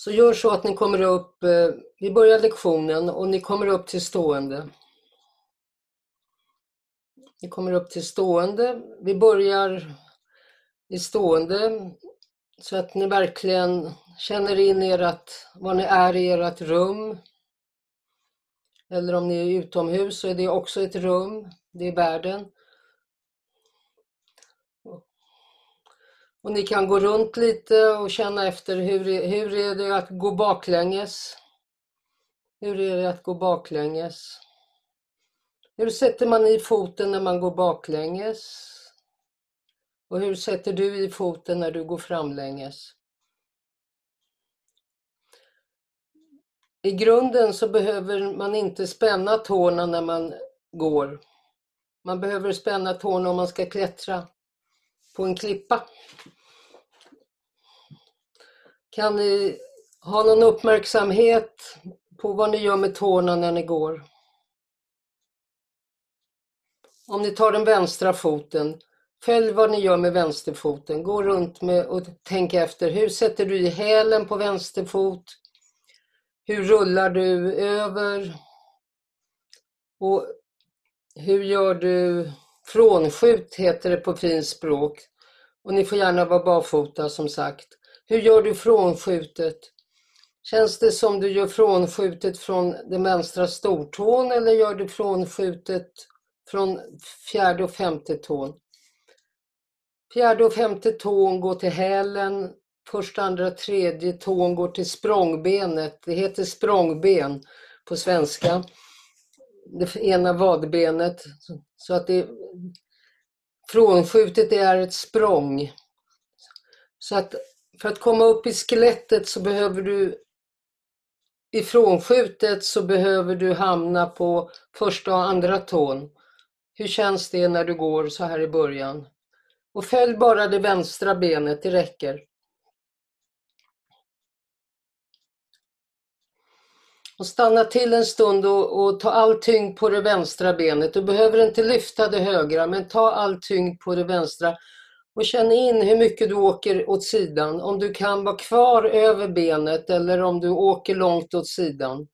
Så gör så att ni kommer upp, vi börjar lektionen och ni kommer upp till stående. Ni kommer upp till stående. Vi börjar i stående så att ni verkligen känner in var ni är i ert rum. Eller om ni är utomhus så är det också ett rum, det är världen. Och ni kan gå runt lite och känna efter hur är det att gå baklänges. Hur är det att gå baklänges? Hur sätter man i foten när man går baklänges? Och hur sätter du i foten när du går framlänges? I grunden så behöver man inte spänna tårna när man går. Man behöver spänna tårna om man ska klättra på en klippa. Kan ni ha någon uppmärksamhet på vad ni gör med tårna när ni går? Om ni tar den vänstra foten, följ vad ni gör med vänsterfoten. Gå runt med och tänk efter. Hur sätter du i hälen på vänster fot? Hur rullar du över? Och hur gör du frånskjut heter det på fint språk. Och ni får gärna vara barfota som sagt. Hur gör du frånskjutet? Känns det som du gör frånskjutet från den vänstra stortån eller gör du frånskjutet från fjärde och femte tån? Fjärde och femte tån går till hälen, första, andra, tredje tån går till språngbenet. Det heter språngben på svenska. Det ena vadbenet. Så att frånskjutet är ett språng. Så att för att komma upp i skelettet så behöver du i frånskjutet så behöver du hamna på första och andra tån. Hur känns det när du går så här i början? Och följ bara det vänstra benet, det räcker. Och stanna till en stund och ta all tyngd på det vänstra benet. Du behöver inte lyfta det högra, men ta all tyngd på det vänstra. Och känn in hur mycket du åker åt sidan. Om du kan vara kvar över benet eller om du åker långt åt sidan.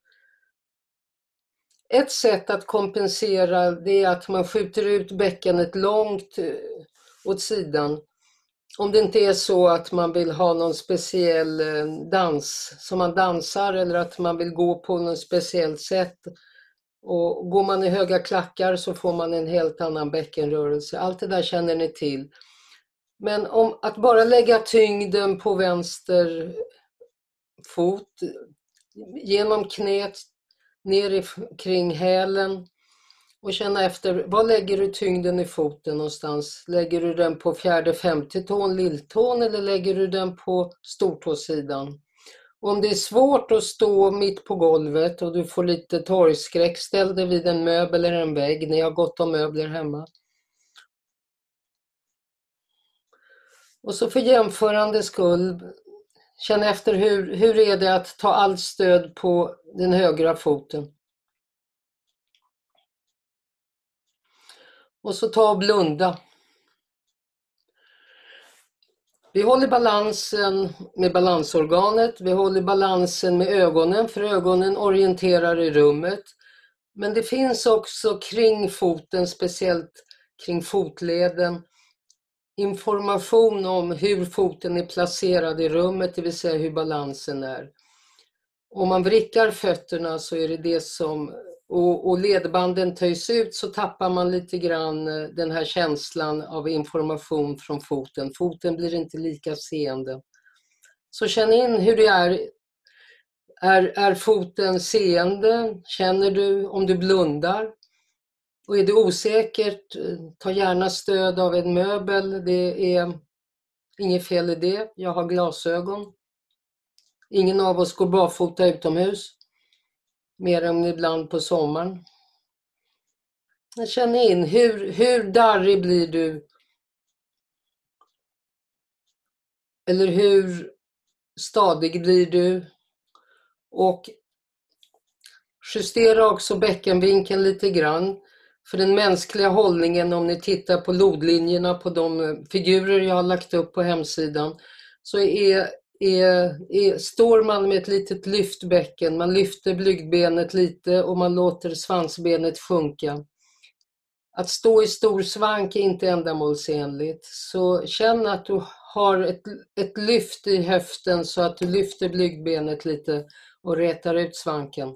Ett sätt att kompensera det är att man skjuter ut bäckenet långt åt sidan. Om det inte är så att man vill ha någon speciell dans som man dansar eller att man vill gå på något speciellt sätt. Och går man i höga klackar så får man en helt annan bäckenrörelse. Allt det där känner ni till. Men om att bara lägga tyngden på vänster fot genom knät ner kring hälen och känna efter, var lägger du tyngden i foten någonstans? Lägger du den på fjärde, femte tån, lilltån eller lägger du den på stortåsidan? Om det är svårt att stå mitt på golvet och du får lite torgskräck, ställ dig vid en möbel eller en vägg. Ni har gott om möbler hemma. Och så för jämförande skull, känn efter hur är det att ta allt stöd på den högra foten. Och så ta och blunda. Vi håller balansen med balansorganet, vi håller balansen med ögonen, för ögonen orienterar i rummet. Men det finns också kring foten, speciellt kring fotleden, information om hur foten är placerad i rummet, det vill säga hur balansen är. Om man vrickar fötterna så är det som, och ledbanden töjs ut så tappar man lite grann den här känslan av information från foten. Foten blir inte lika seende. Så känn in hur det är. Är foten seende? Känner du om du blundar? Och är det osäkert, ta gärna stöd av en möbel. Det är inget fel i det. Jag har glasögon. Ingen av oss går barfota utomhus. Mer än ibland på sommaren. Känn in, hur darrig blir du? Eller hur stadig blir du? Och justera också bäckenvinkeln lite grann. För den mänskliga hållningen, om ni tittar på lodlinjerna på de figurer jag har lagt upp på hemsidan, så är Står man med ett litet lyftbäcken, man lyfter blygdbenet lite och man låter svansbenet sjunka. Att stå i stor svank är inte ändamålsenligt, så känn att du har ett lyft i höften så att du lyfter blygdbenet lite och rätar ut svanken.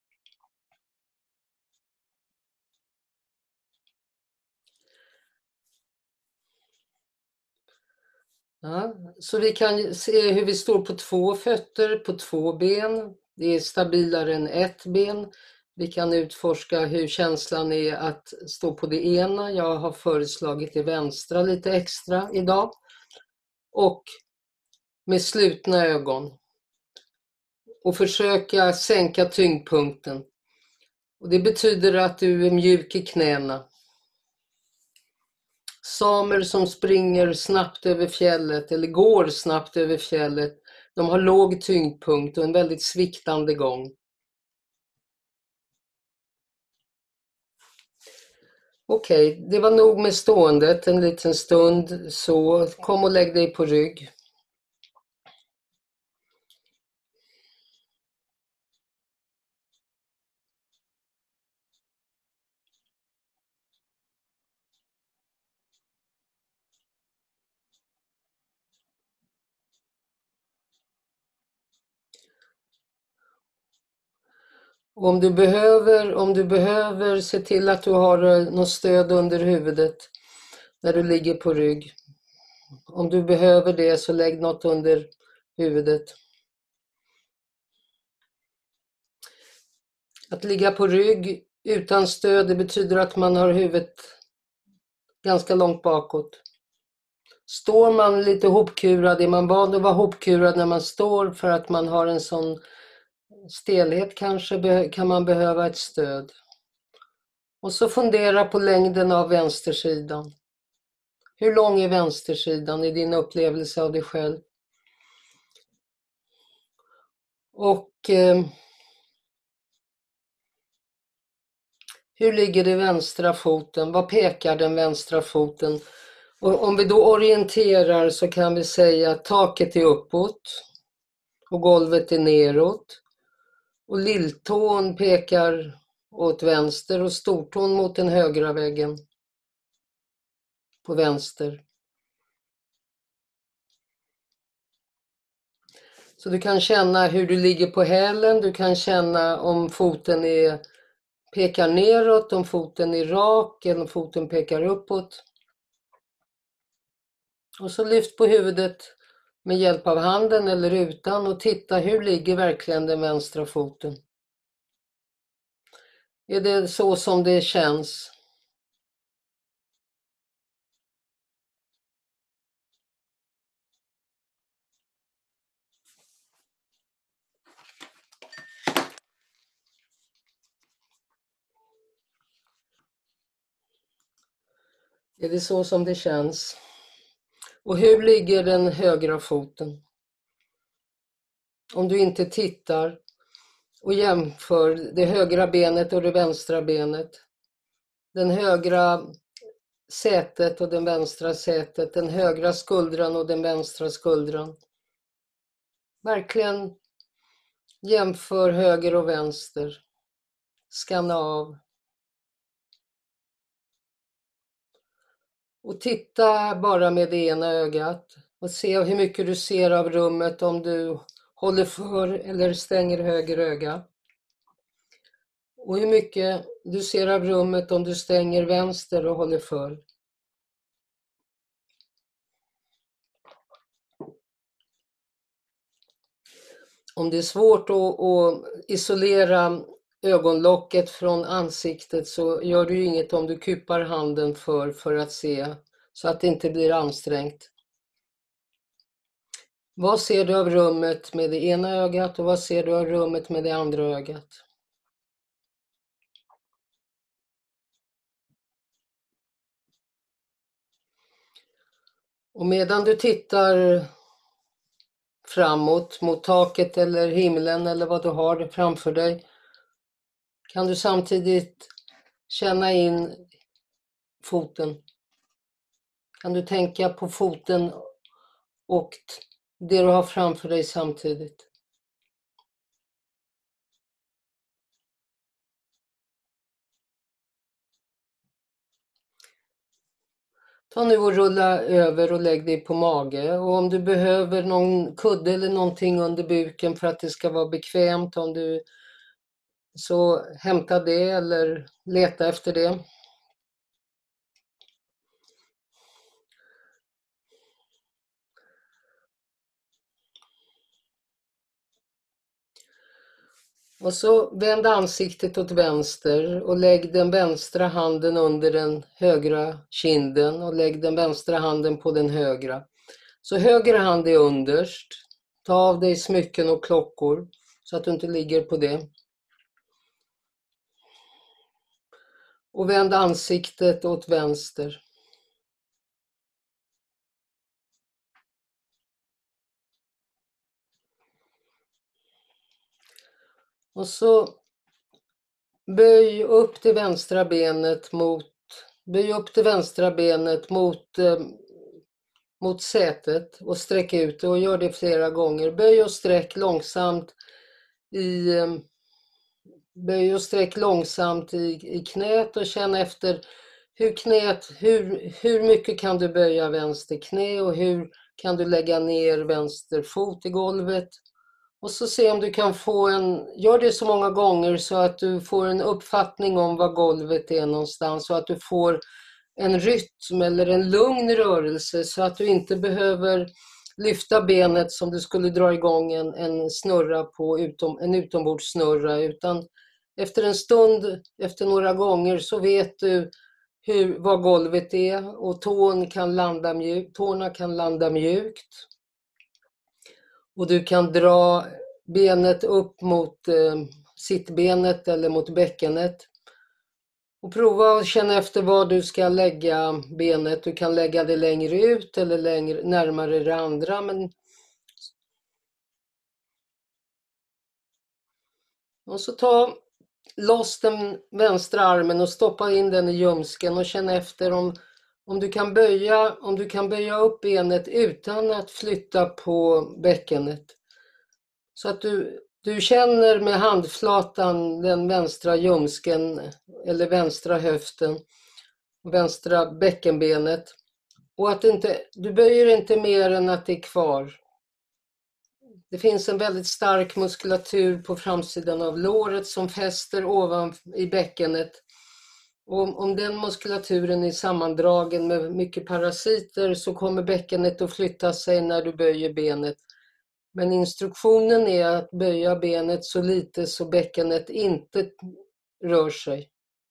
Ja, så vi kan se hur vi står på 2 fötter, på 2 ben. Det är stabilare än ett ben. Vi kan utforska hur känslan är att stå på det ena. Jag har föreslagit det vänstra lite extra idag. Och med slutna ögon. Och försöka sänka tyngdpunkten. Och det betyder att du är mjuk i knäna. Samer som springer snabbt över fjället eller går snabbt över fjället, de har låg tyngdpunkt och en väldigt sviktande gång. Okej, det var nog med ståendet en liten stund, så kom och lägg dig på rygg. Om du behöver, se till att du har något stöd under huvudet när du ligger på rygg. Om du behöver det så lägg något under huvudet. Att ligga på rygg utan stöd, det betyder att man har huvudet ganska långt bakåt. Står man lite hopkurad, är man van att vara hopkurad när man står för att man har en sån stelhet, kanske kan man behöva ett stöd. Och så fundera på längden av vänstersidan. Hur lång är vänstersidan i din upplevelse av dig själv? Och hur ligger det vänstra foten? Vad pekar den vänstra foten? Och om vi då orienterar så kan vi säga att taket är uppåt och golvet är neråt. Och lilltån pekar åt vänster och stortån mot den högra väggen på vänster. Så du kan känna hur du ligger på hälen, du kan känna om foten pekar neråt, om foten är rak eller om foten pekar uppåt. Och så lyft på huvudet med hjälp av handen eller utan och titta hur ligger verkligen den vänstra foten. Är det så som det känns? Är det så som det känns? Och hur ligger den högra foten? Om du inte tittar och jämför det högra benet och det vänstra benet. Den högra sätet och den vänstra sätet. Den högra skuldran och den vänstra skuldran. Verkligen jämför höger och vänster. Skanna av. Och titta bara med det ena ögat. Och se hur mycket du ser av rummet om du håller för eller stänger höger öga. Och hur mycket du ser av rummet om du stänger vänster och håller för. Om det är svårt att isolera ögonlocket från ansiktet så gör du inget om du kupar handen för att se så att det inte blir ansträngt. Vad ser du av rummet med det ena ögat och vad ser du av rummet med det andra ögat? Och medan du tittar framåt mot taket eller himlen eller vad du har framför dig kan du samtidigt känna in foten. Kan du tänka på foten och det du har framför dig samtidigt. Ta nu och rulla över och lägg dig på mage. Och om du behöver någon kudde eller någonting under buken för att det ska vara bekvämt, så hämta det eller leta efter det. Och så vänd ansiktet åt vänster och lägg den vänstra handen under den högra kinden och lägg den vänstra handen på den högra. Så höger hand är underst. Ta av dig smycken och klockor så att du inte ligger på det. Och vänd ansiktet åt vänster. Och så böj upp det vänstra benet mot sätet och sträck ut det och gör det flera gånger. Böj och sträck långsamt i knät och känn efter hur mycket kan du böja vänster knä och hur kan du lägga ner vänster fot i golvet. Och så se om du kan gör det så många gånger så att du får en uppfattning om var golvet är någonstans så att du får en rytm eller en lugn rörelse så att du inte behöver lyfta benet som du skulle dra igång en snurra en utombordssnurra, utan efter en stund, efter några gånger så vet du var golvet är och tårna kan landa mjukt. Och du kan dra benet upp mot sittbenet eller mot bäckenet. Och prova att känna efter var du ska lägga benet. Du kan lägga det längre ut eller närmare det andra. Och så ta loss den vänstra armen och stoppa in den i ljumsken och känna efter om du kan böja upp benet utan att flytta på bäckenet. Så att du känner med handflatan den vänstra ljumsken eller vänstra höften, vänstra bäckenbenet. Och att du böjer inte mer än att det är kvar. Det finns en väldigt stark muskulatur på framsidan av låret som fäster ovan i bäckenet. Och om den muskulaturen är sammandragen med mycket parasiter så kommer bäckenet att flytta sig när du böjer benet. Men instruktionen är att böja benet så lite så bäckenet inte rör sig.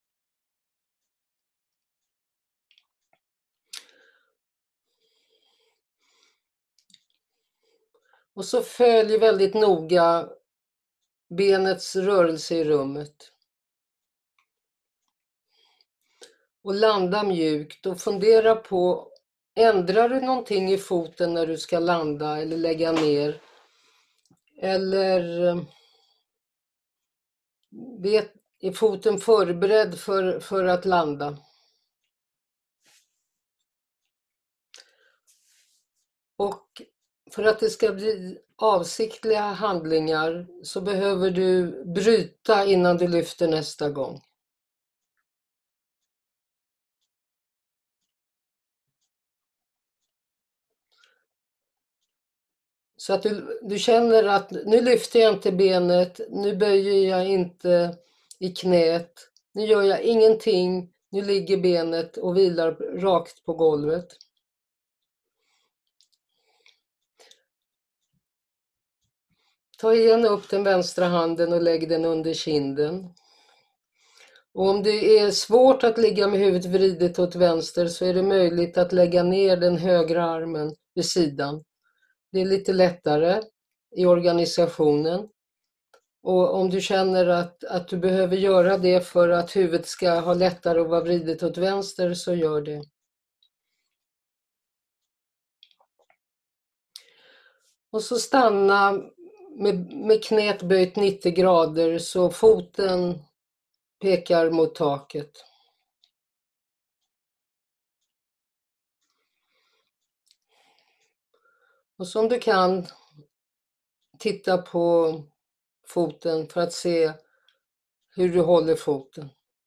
Och så följ väldigt noga benets rörelse i rummet. Och landa mjukt och fundera på, ändrar du någonting i foten när du ska landa eller lägga ner? Eller är foten förberedd för att landa? Och för att det ska bli avsiktliga handlingar så behöver du bryta innan du lyfter nästa gång. Så att du känner att nu lyfter jag inte benet, nu böjer jag inte i knät, nu gör jag ingenting, nu ligger benet och vilar rakt på golvet. Ta igen upp den vänstra handen och lägg den under kinden. Och om det är svårt att ligga med huvudet vridet åt vänster så är det möjligt att lägga ner den högra armen vid sidan. Det är lite lättare i organisationen. Och om du känner att du behöver göra det för att huvudet ska ha lättare att vara vridet åt vänster så gör det. Och så stanna med knät böjt 90 grader så foten pekar mot taket. Och så om du kan, titta på foten för att se hur du håller foten.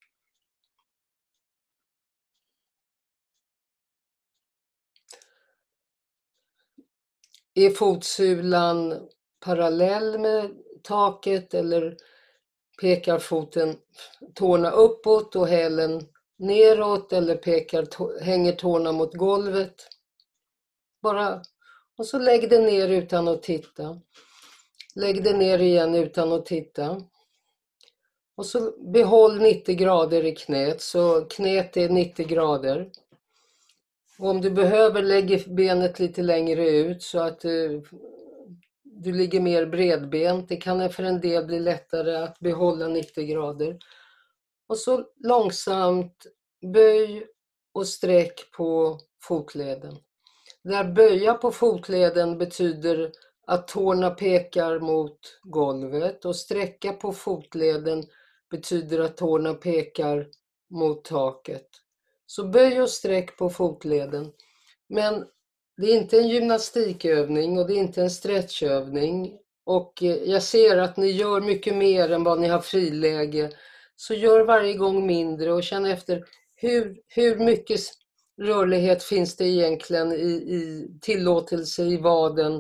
Är fotsulan parallell med taket eller pekar foten, tårna uppåt och hälen neråt, eller hänger tårna mot golvet? Bara, och så lägg det ner utan att titta. Lägg det ner igen utan att titta. Och så behåll 90 grader i knät, så knät är 90 grader. Och om du behöver, lägg benet lite längre ut så att du ligger mer bredbent. Det kan för en del bli lättare att behålla 90 grader. Och så långsamt böj och sträck på fotleden. Där böja på fotleden betyder att tårna pekar mot golvet, och sträcka på fotleden betyder att tårna pekar mot taket. Så böj och sträck på fotleden. Men det är inte en gymnastikövning och det är inte en stretchövning. Och jag ser att ni gör mycket mer än vad ni har friläge. Så gör varje gång mindre och känn efter hur mycket rörlighet finns det egentligen i tillåtelse i vaden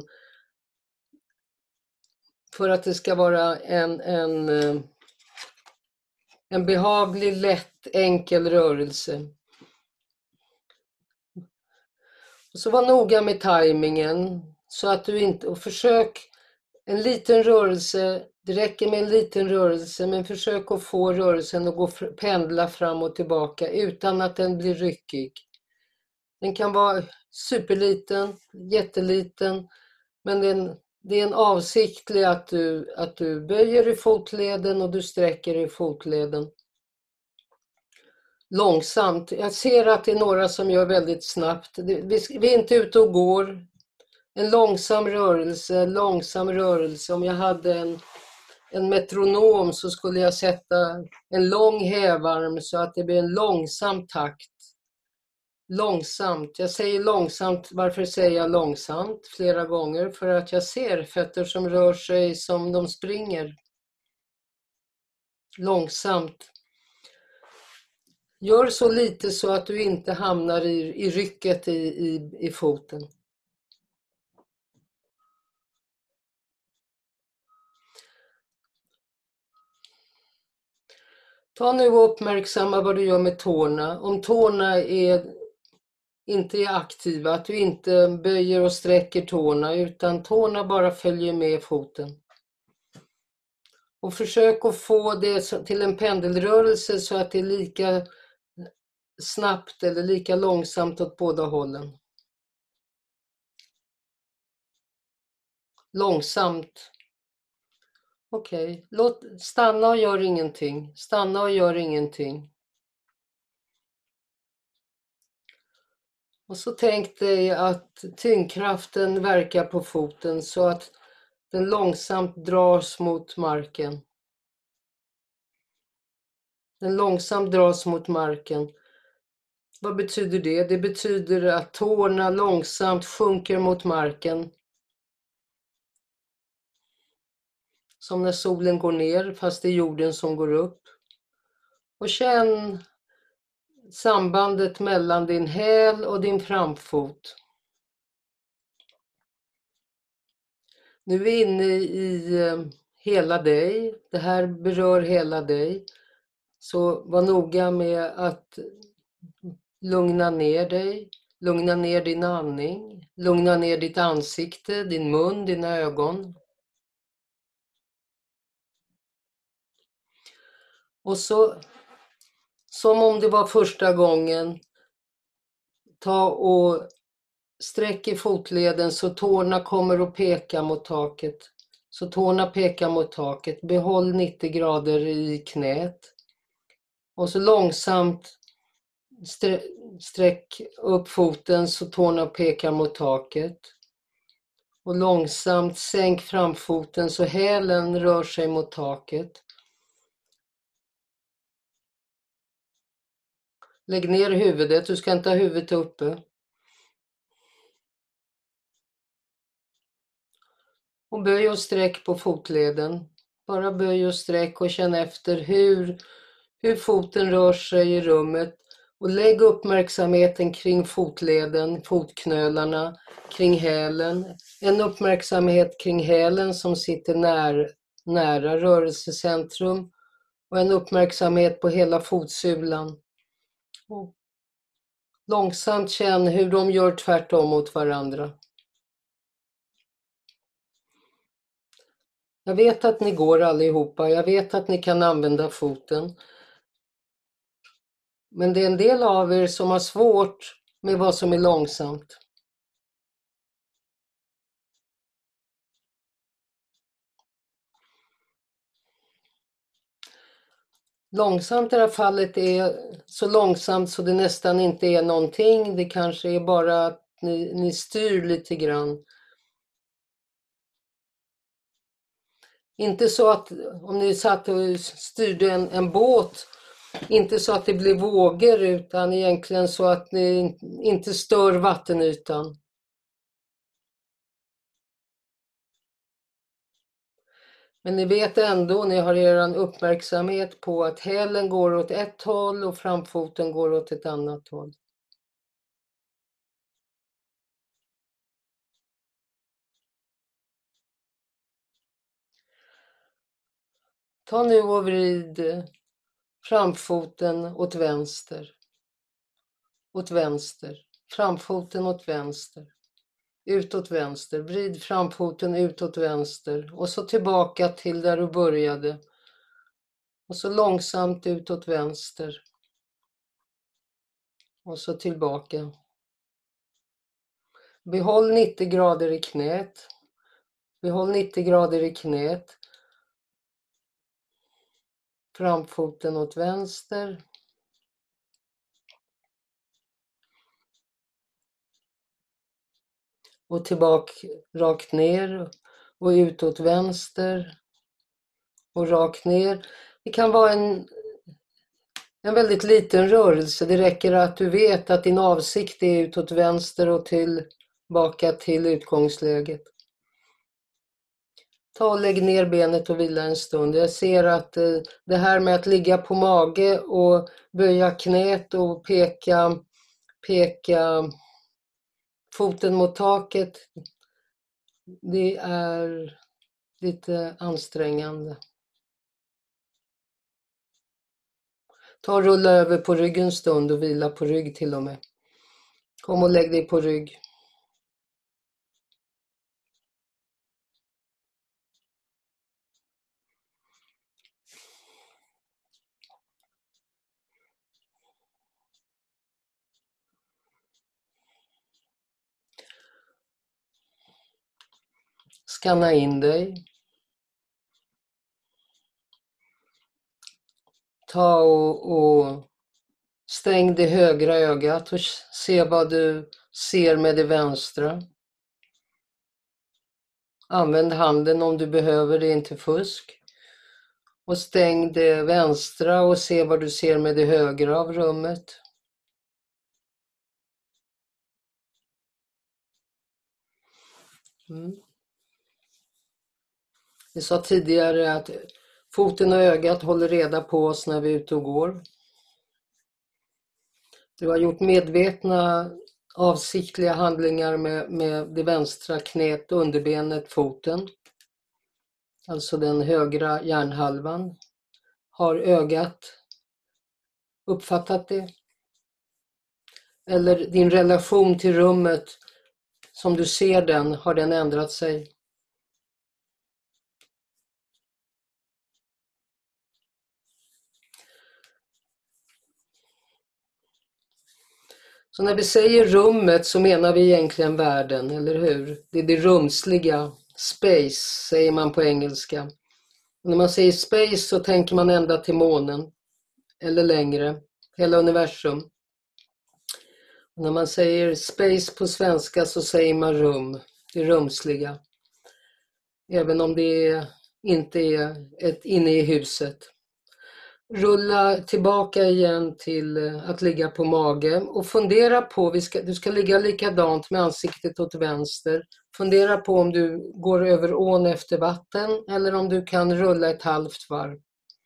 för att det ska vara en behaglig, lätt, enkel rörelse. Och så var noga med tajmingen så att du inte, och försök en liten rörelse, det räcker med en liten rörelse, men försök att få rörelsen att pendla fram och tillbaka utan att den blir ryckig. Den kan vara superliten, jätteliten, men det är en avsiktlig att du böjer i fotleden och du sträcker i fotleden. Långsamt. Jag ser att det är några som gör väldigt snabbt. Vi är inte ute och går. En långsam rörelse. Om jag hade en metronom så skulle jag sätta en lång hävarm så att det blir en långsam takt. Långsamt. Jag säger långsamt. Varför säger jag långsamt flera gånger? För att jag ser fötter som rör sig som de springer. Långsamt. Gör så lite så att du inte hamnar i rycket i foten. Ta nu och uppmärksamma vad du gör med tårna. Om tårna inte är aktiva, att du inte böjer och sträcker tårna, utan tårna bara följer med foten. Och försök att få det till en pendelrörelse så att det är lika snabbt eller lika långsamt åt båda hållen. Långsamt. Okej, stanna och gör ingenting. Stanna och gör ingenting. Och så tänk dig att tyngdkraften verkar på foten så att den långsamt dras mot marken. Den långsamt dras mot marken. Vad betyder det? Det betyder att tårna långsamt sjunker mot marken. Som när solen går ner, fast det är jorden som går upp. Och känn sambandet mellan din häl och din framfot. Nu är vi inne i hela dig. Det här berör hela dig. Så var noga med att lugna ner dig. Lugna ner din andning. Lugna ner ditt ansikte, din mun, dina ögon. Och så, som om det var första gången, ta och sträck i fotleden så tårna kommer att peka mot taket. Så tårna pekar mot taket. Behåll 90 grader i knät. Och så långsamt sträck upp foten så tårna pekar mot taket. Och långsamt sänk framfoten så hälen rör sig mot taket. Lägg ner huvudet, du ska inte ha huvudet uppe. Och böj och sträck på fotleden. Bara böj och sträck och känn efter hur foten rör sig i rummet. Och lägg uppmärksamheten kring fotleden, fotknölarna, kring hälen. En uppmärksamhet kring hälen som sitter nära rörelsecentrum. Och en uppmärksamhet på hela fotsulan. Och långsamt känn hur de gör tvärtom mot varandra. Jag vet att ni går allihopa. Jag vet att ni kan använda foten. Men det är en del av er som har svårt med vad som är långsamt. Långsamt i det här fallet är så långsamt så det nästan inte är någonting. Det kanske är bara att ni styr lite grann. Inte så att om ni satt och styrde en båt, inte så att det blir vågor utan egentligen så att ni inte stör vattenytan. Men ni vet ändå, ni har er uppmärksamhet på att hälen går åt ett håll och framfoten går åt ett annat håll. Ta nu och vrid framfoten åt vänster. Åt vänster. Framfoten åt vänster. Utåt vänster. Vrid framfoten utåt vänster. Och så tillbaka till där du började. Och så långsamt utåt vänster. Och så tillbaka. Behåll 90 grader i knät. Behåll 90 grader i knät. Framfoten åt vänster. Och tillbaka rakt ner och utåt vänster. Och rakt ner. Det kan vara en väldigt liten rörelse. Det räcker att du vet att din avsikt är utåt vänster och tillbaka till utgångsläget. Ta och lägg ner benet och vila en stund. Jag ser att det här med att ligga på mage och böja knät och peka foten mot taket, det är lite ansträngande. Ta och rulla över på ryggen en stund och vila på rygg till och med. Kom och lägg dig på rygg. Skanna in dig. Ta och stäng det högra ögat och se vad du ser med det vänstra. Använd handen om du behöver, det är inte fusk. Och stäng det vänstra och se vad du ser med det högra av rummet. Vi sa tidigare att foten och ögat håller reda på oss när vi är ute och går. Du har gjort medvetna avsiktliga handlingar med det vänstra knät, underbenet, foten. Alltså den högra hjärnhalvan. Har ögat uppfattat det? Eller din relation till rummet, som du ser den, har den ändrat sig? Så när vi säger rummet så menar vi egentligen världen, eller hur? Det är det rumsliga. Space säger man på engelska. Och när man säger space så tänker man ända till månen. Eller längre. Hela universum. Och när man säger space på svenska så säger man rum. Det rumsliga. Även om det inte är ett inne i huset. Rulla tillbaka igen till att ligga på mage och fundera på, du ska ligga likadant med ansiktet åt vänster. Fundera på om du går över ån efter vatten eller om du kan rulla ett halvt varv.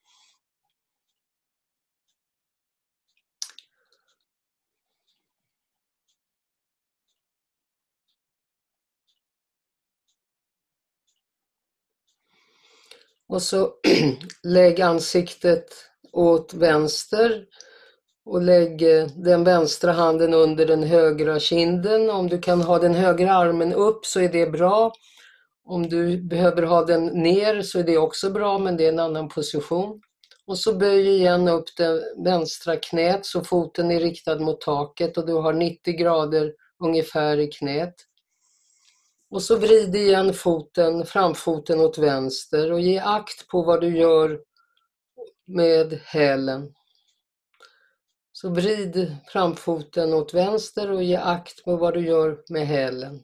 Och så lägg ansiktet åt vänster och lägg den vänstra handen under den högra kinden. Om du kan ha den högra armen upp så är det bra. Om du behöver ha den ner så är det också bra, men det är en annan position. Och så böj igen upp det vänstra knät så foten är riktad mot taket och du har 90 grader ungefär i knät. Och så vrid igen framfoten åt vänster och ge akt på vad du gör med hälen. Så vrid framfoten åt vänster och ge akt på vad du gör med hälen.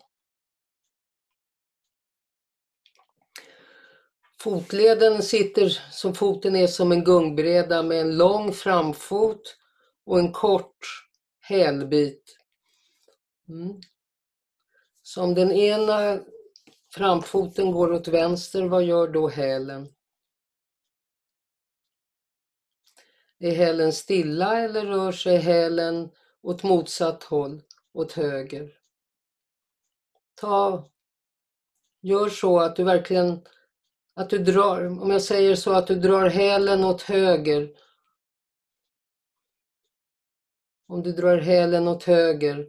Fotleden sitter som foten är som en gungbräda med en lång framfot och en kort hälbit. Så om den ena framfoten går åt vänster, vad gör då hälen? Är hälen stilla eller rör sig hälen åt motsatt håll, åt höger? Gör så att du verkligen, att du drar, om jag säger så att du drar hälen åt höger. Om du drar hälen åt höger.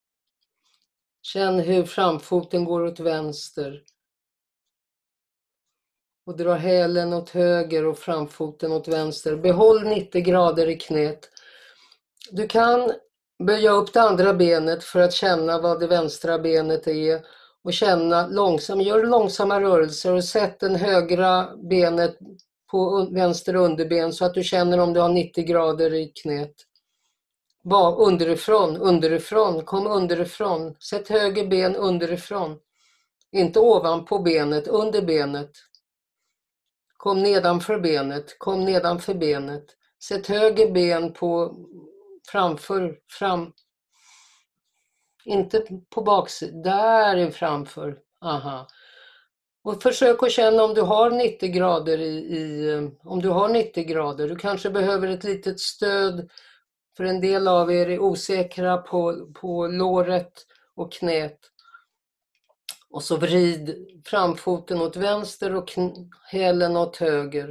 Känn hur framfoten går åt vänster. Och dra hälen åt höger och framfoten åt vänster. Behåll 90 grader i knät. Du kan böja upp det andra benet för att känna vad det vänstra benet är. Och gör långsamma rörelser och sätt den högra benet på vänster underben så att du känner om du har 90 grader i knät. Underifrån, kom underifrån. Sätt höger ben underifrån. Inte ovanpå benet, under benet. Kom nedanför benet. Sätt höger ben fram. Inte på baksidan, där är framför. Aha. Och försök att känna om du har 90 grader om du har 90 grader. Du kanske behöver ett litet stöd. För en del av er är osäkra på låret och knät. Och så vrid framfoten åt vänster och hälen åt höger.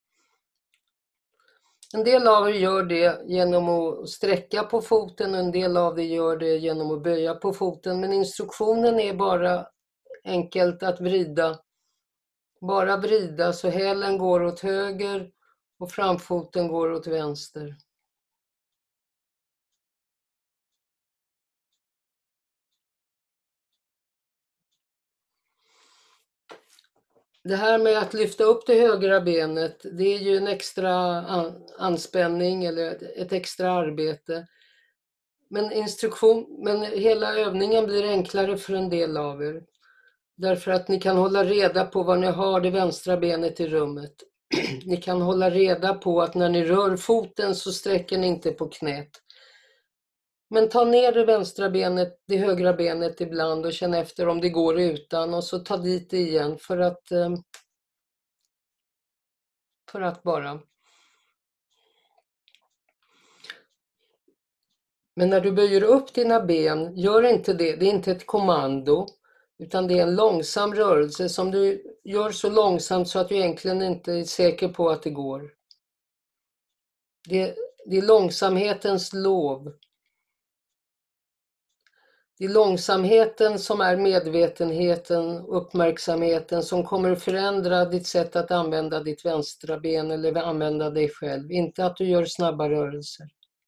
En del av er gör det genom att sträcka på foten och en del av er gör det genom att böja på foten. Men instruktionen är bara enkelt att vrida. Bara vrida så hälen går åt höger och framfoten går åt vänster. Det här med att lyfta upp det högra benet, det är ju en extra anspänning eller ett extra arbete. Men hela övningen blir enklare för en del av er. Därför att ni kan hålla reda på var ni har det vänstra benet i rummet. Ni kan hålla reda på att när ni rör foten så sträcker ni inte på knät. Men ta ner det högra benet ibland och känn efter om det går utan och så ta dit det igen för att bara. Men när du böjer upp dina ben, gör inte det. Det är inte ett kommando utan det är en långsam rörelse som du gör så långsamt så att du egentligen inte är säker på att det går. Det är långsamhetens lov. Det är långsamheten som är medvetenheten, uppmärksamheten som kommer att förändra ditt sätt att använda ditt vänstra ben eller använda dig själv. Inte att du gör snabba rörelser.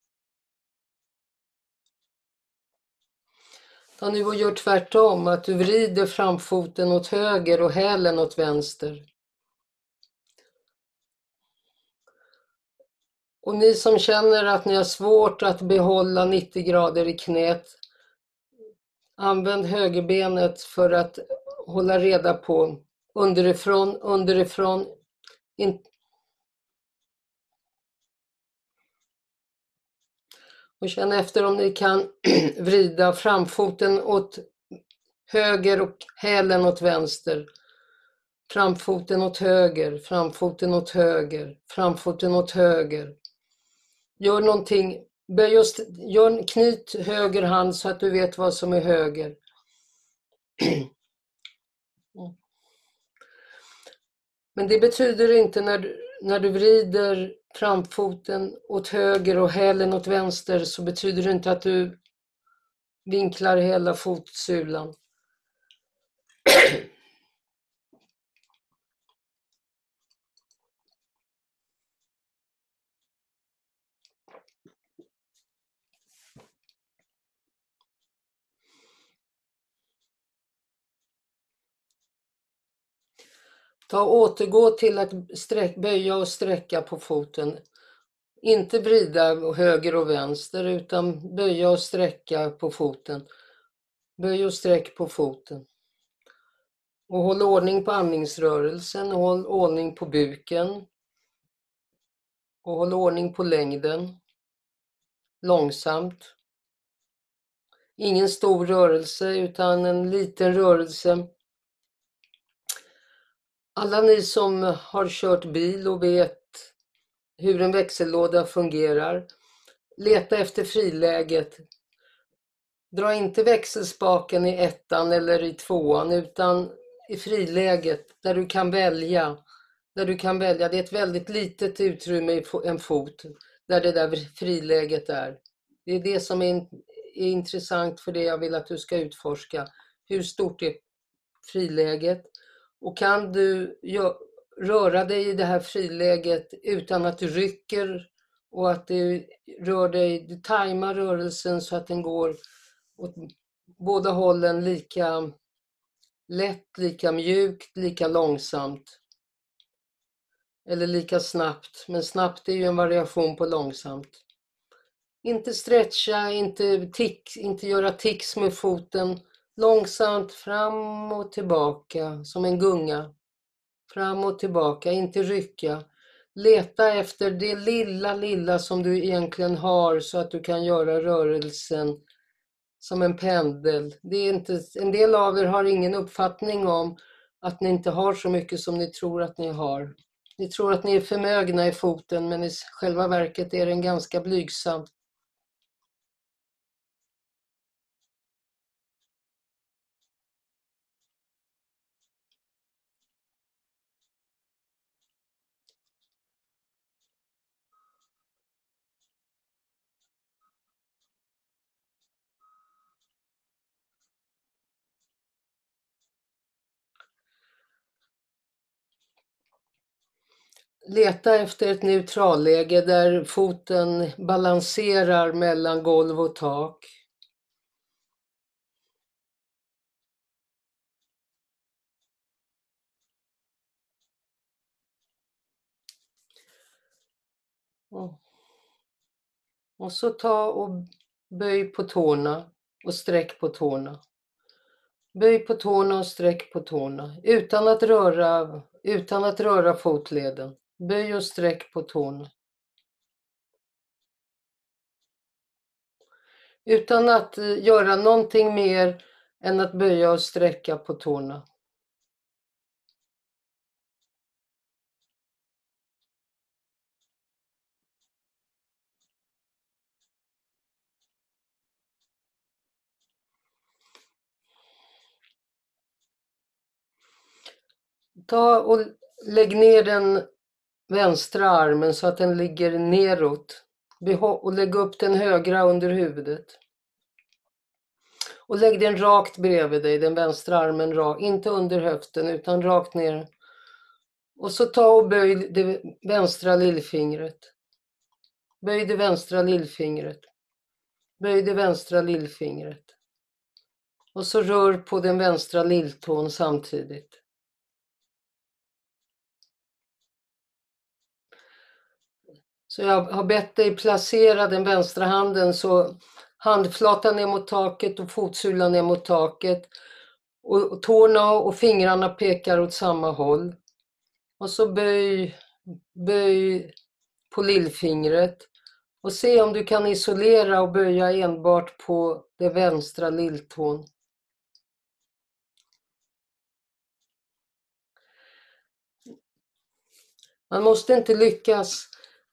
Ta nu och gör tvärtom, att du vrider framfoten åt höger och hälen åt vänster. Och ni som känner att ni har svårt att behålla 90 grader i knät, använd högerbenet för att hålla reda på underifrån. Och känn efter om ni kan vrida framfoten åt höger och hälen åt vänster. Framfoten åt höger, framfoten åt höger, framfoten åt höger. Gör någonting, knyt höger hand så att du vet vad som är höger. Men det betyder inte när du vrider framfoten åt höger och hälen åt vänster, så betyder det inte att du vinklar hela fotsulan. Återgå till att böja och sträcka på foten. Inte vrida höger och vänster, utan böja och sträcka på foten. Böj och sträck på foten. Och håll ordning på andningsrörelsen, och håll ordning på buken. Och håll ordning på längden. Långsamt. Ingen stor rörelse utan en liten rörelse. Alla ni som har kört bil och vet hur en växellåda fungerar, leta efter friläget. Dra inte växelspaken i 1:an eller i 2:an, utan i friläget där du kan välja. Det är ett väldigt litet utrymme i en fot där det där friläget är. Det är det som är intressant för det jag vill att du ska utforska. Hur stort är friläget? Och kan du röra dig i det här friläget utan att du rycker, och att du tajmar rörelsen så att den går åt båda hållen lika lätt, lika mjukt, lika långsamt. Eller lika snabbt, men snabbt är ju en variation på långsamt. Inte stretcha, inte göra tics med foten. Långsamt fram och tillbaka som en gunga. Fram och tillbaka, inte rycka. Leta efter det lilla som du egentligen har så att du kan göra rörelsen som en pendel. En del av er har ingen uppfattning om att ni inte har så mycket som ni tror att ni har. Ni tror att ni är förmögna i foten, men i själva verket är den ganska blygsam. Leta efter ett neutralläge där foten balanserar mellan golv och tak. Och så ta och böj på tårna och sträck på tårna. Böj på tårna och sträck på tårna utan att röra fotleden. Böj och sträck på tårna. Utan att göra någonting mer än att böja och sträcka på tårna. Ta och lägg ner den vänstra armen så att den ligger neråt. Och lägg upp den högra under huvudet. Och lägg den rakt bredvid dig, den vänstra armen inte under höften utan rakt ner. Och så ta och böj det vänstra lillfingret. Böj det vänstra lillfingret. Böj det vänstra lillfingret. Och så rör på den vänstra lilltån samtidigt. Så jag har bett dig placera den vänstra handen så handflatan ner mot taket och fotsulan ner mot taket. Och tårna och fingrarna pekar åt samma håll. Och så böj på lillfingret. Och se om du kan isolera och böja enbart på det vänstra lilltån. Man måste inte lyckas.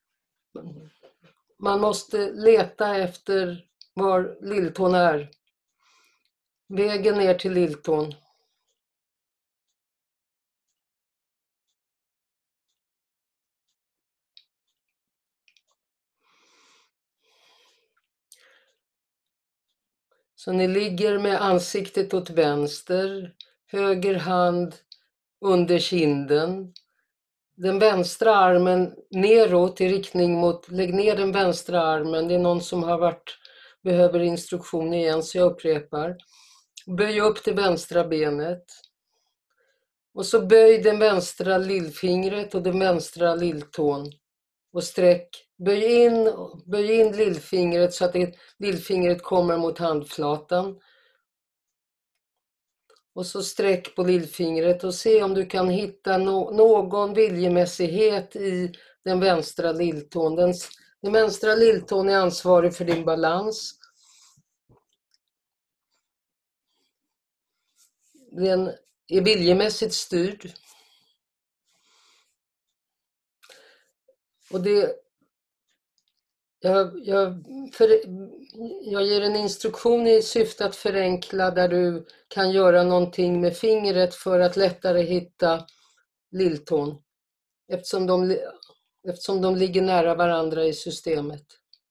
Man måste leta efter var lilltån är. Vägen ner till lilltån. Så ni ligger med ansiktet åt vänster, höger hand under kinden. Den vänstra armen neråt i riktning mot, lägg ner den vänstra armen, det är någon som behöver instruktion igen så jag upprepar. Böj upp det vänstra benet. Och så böj den vänstra lillfingret och den vänstra lilltån. Och sträck, böj in lillfingret så att lillfingret kommer mot handflatan. Och så sträck på lillfingret och se om du kan hitta någon viljemässighet i den vänstra lilltån. Den vänstra lilltån är ansvarig för din balans. Den är viljemässigt styrd. Och jag ger en instruktion i syfte att förenkla där du kan göra någonting med fingret för att lättare hitta lilltån. Eftersom de ligger nära varandra i systemet.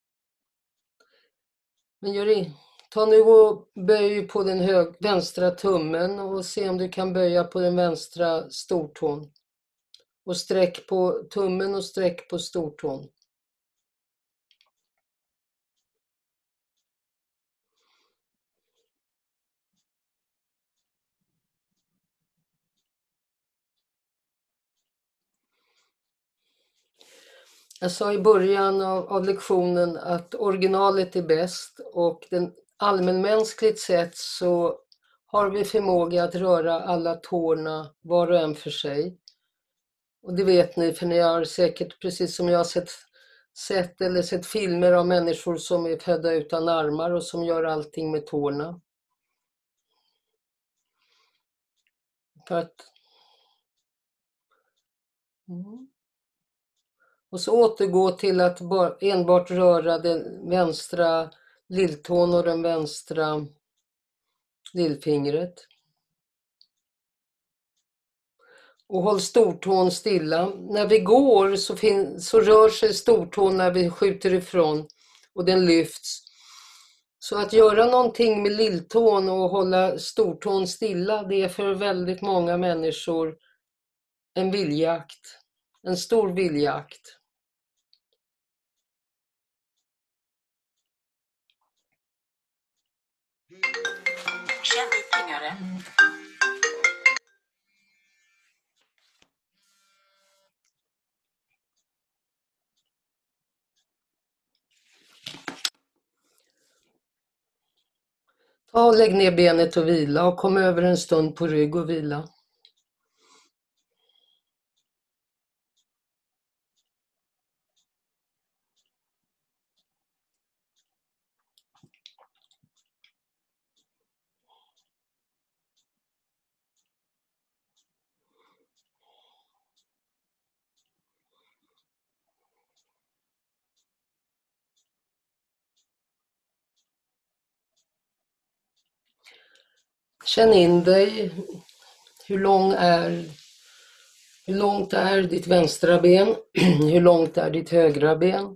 Men ta nu och böj på den vänstra tummen och se om du kan böja på den vänstra stortån. Och sträck på tummen och sträck på stortån. Jag sa i början av lektionen att originalet är bäst och allmänmänskligt sett så har vi förmåga att röra alla tårna var och en för sig. Och det vet ni för ni har säkert, precis som jag har sett filmer av människor som är födda utan armar och som gör allting med tårna. Och så återgå till att enbart röra den vänstra lilltån och den vänstra lillfingret. Och håll stortån stilla. När vi går så rör sig stortån när vi skjuter ifrån och den lyfts. Så att göra någonting med lilltån och hålla stortån stilla, det är för väldigt många människor en viljakt. En stor viljakt. Känn ytterligare. Ta och lägg ner benet och vila och kom över en stund på rygg och vila. Känn in dig. Hur långt är ditt vänstra ben? Hur långt är ditt högra ben?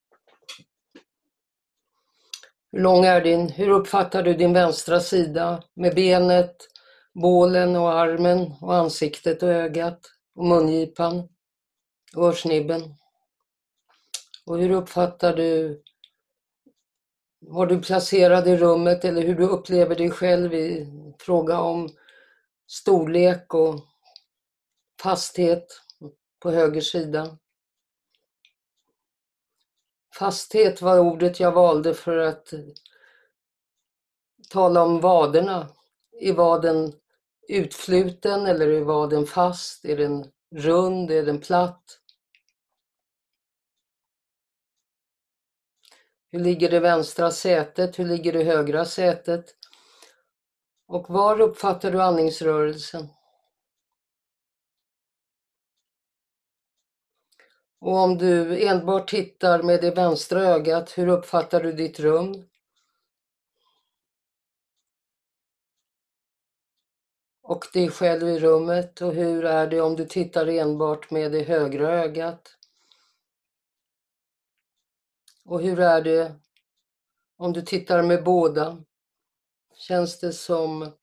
Hur uppfattar du din vänstra sida med benet, bålen och armen och ansiktet och ögat och mungipan och örsnibben? Och hur uppfattar du var du placerad i rummet eller hur du upplever dig själv i fråga om storlek och fasthet på höger sida? Fasthet var ordet jag valde för att tala om vaderna. Är vaden utfluten eller är vaden fast? Är den rund? Är den platt? Hur ligger det vänstra sätet? Hur ligger det högra sätet? Och var uppfattar du andningsrörelsen? Och om du enbart tittar med det vänstra ögat, hur uppfattar du ditt rum? Och dig själv i rummet, och hur är det om du tittar enbart med det högra ögat? Och hur är det om du tittar med båda? Känns det som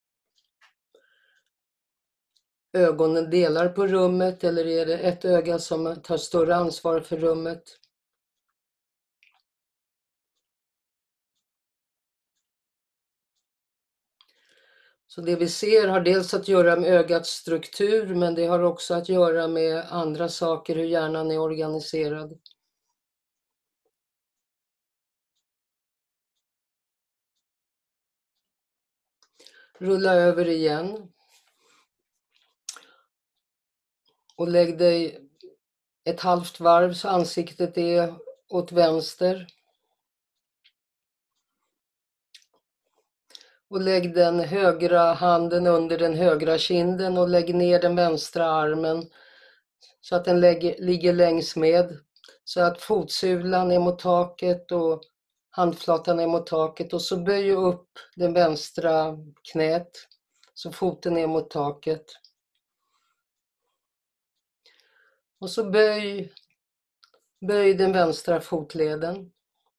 ögonen delar på rummet, eller är det ett öga som tar större ansvar för rummet? Så det vi ser har dels att göra med ögats struktur, men det har också att göra med andra saker, hur hjärnan är organiserad. Rulla över igen. Och lägg dig ett halvt varv så ansiktet är åt vänster. Och lägg den högra handen under den högra kinden och lägg ner den vänstra armen så att den ligger längs med. Så att fotsulan är mot taket och handflatan är mot taket, och så böj upp den vänstra knät så foten är mot taket. Och så böj den vänstra fotleden.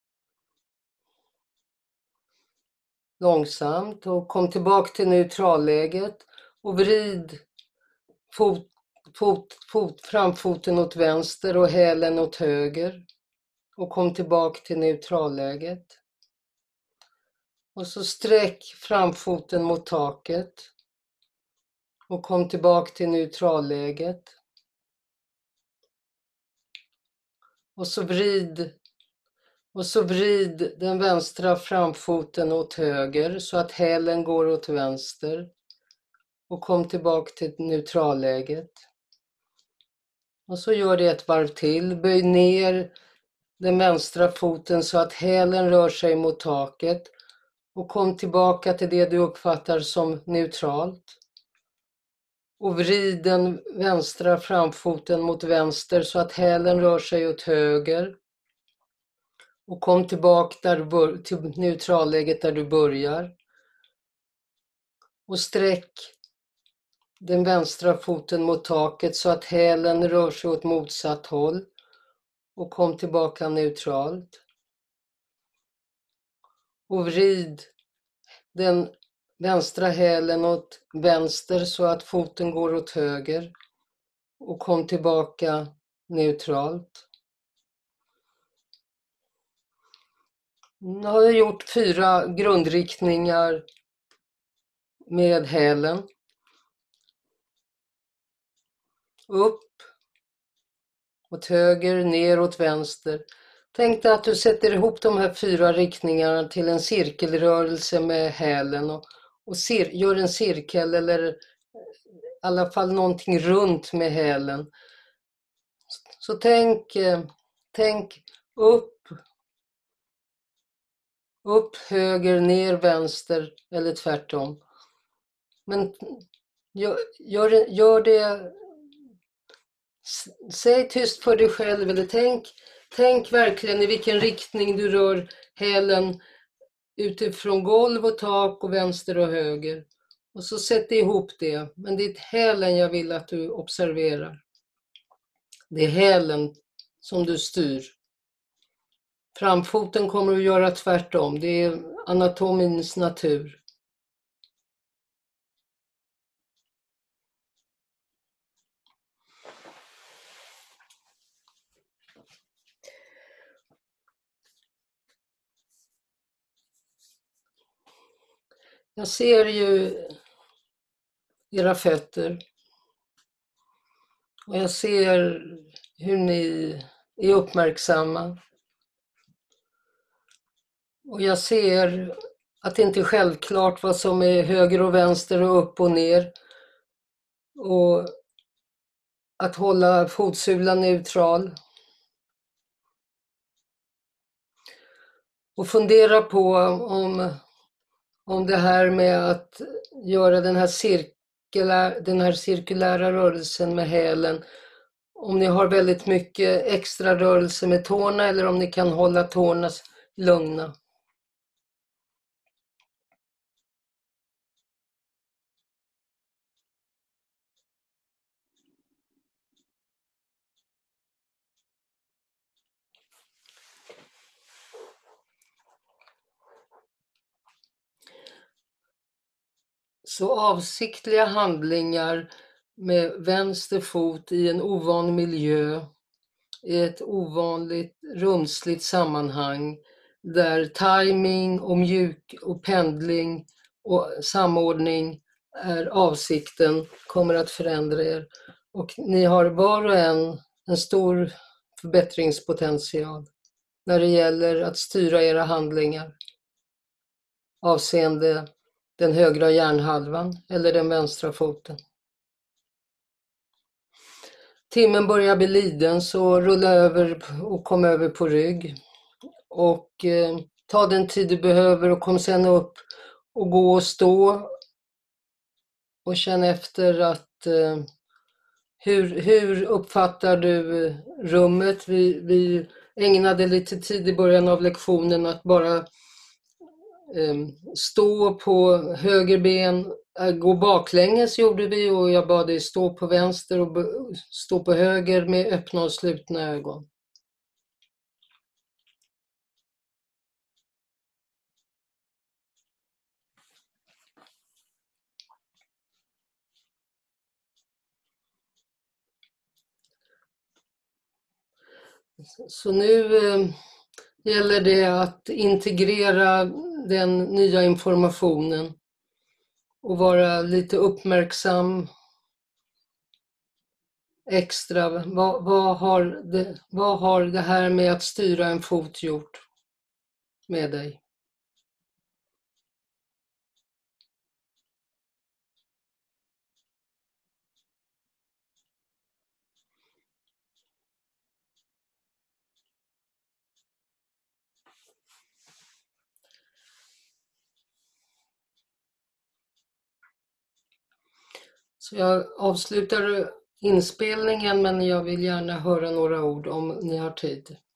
Långsamt, och kom tillbaka till neutralläget och vrid framfoten åt vänster och hälen åt höger. Och kom tillbaka till neutralläget. Och så sträck framfoten mot taket. Och kom tillbaka till neutralläget. Och så vrid den vänstra framfoten åt höger så att hälen går åt vänster. Och kom tillbaka till neutralläget. Och så gör det ett varv till. Böj ner den vänstra foten så att hälen rör sig mot taket. Och kom tillbaka till det du uppfattar som neutralt. Och vrid den vänstra framfoten mot vänster så att hälen rör sig åt höger. Och kom tillbaka till neutralläget där du börjar. Och sträck den vänstra foten mot taket så att hälen rör sig åt motsatt håll. Och kom tillbaka neutralt. Och vrid den vänstra hälen åt vänster så att foten går åt höger. Och kom tillbaka neutralt. Nu har jag gjort 4 grundriktningar med hälen. Upp, åt höger, ner åt vänster. Tänk dig att du sätter ihop de här 4 riktningarna till en cirkelrörelse med hälen och gör en cirkel, eller i alla fall någonting runt med hälen. Så tänk upp, höger, ner, vänster eller tvärtom. Men gör det. Säg tyst för dig själv, eller tänk verkligen i vilken riktning du rör hälen utifrån golv och tak och vänster och höger. Och så sätt ihop det. Men det är hälen jag vill att du observerar. Det är hälen som du styr. Framfoten kommer att göra tvärtom. Det är anatomins natur. Jag ser ju era fötter. Och jag ser hur ni är uppmärksamma. Och jag ser att det inte är självklart vad som är höger och vänster och upp och ner. Och att hålla fotsulan neutral. Och fundera på om det här med att göra den här cirkulära rörelsen med hälen, om ni har väldigt mycket extra rörelse med tårna eller om ni kan hålla tårna lugna. Så avsiktliga handlingar med vänster fot i en ovan miljö, i ett ovanligt rumsligt sammanhang där timing och mjuk och pendling och samordning är avsikten, kommer att förändra er. Och ni har var och en stor förbättringspotential när det gäller att styra era handlingar avseende den högra hjärnhalvan eller den vänstra foten. Timmen börjar bli liden, så rulla över och kom över på rygg. Och ta den tid du behöver och kom sen upp och gå och stå. Och känn efter att hur uppfattar du rummet? Vi ägnade lite tid i början av lektionen att bara stå på höger ben, gå baklänges gjorde vi, och jag bad dig stå på vänster och stå på höger med öppna och slutna ögon. Så nu gäller det att integrera den nya informationen och vara lite uppmärksam extra. Vad har det här med att styra en fot gjort med dig? Så jag avslutar inspelningen, men jag vill gärna höra några ord om ni har tid.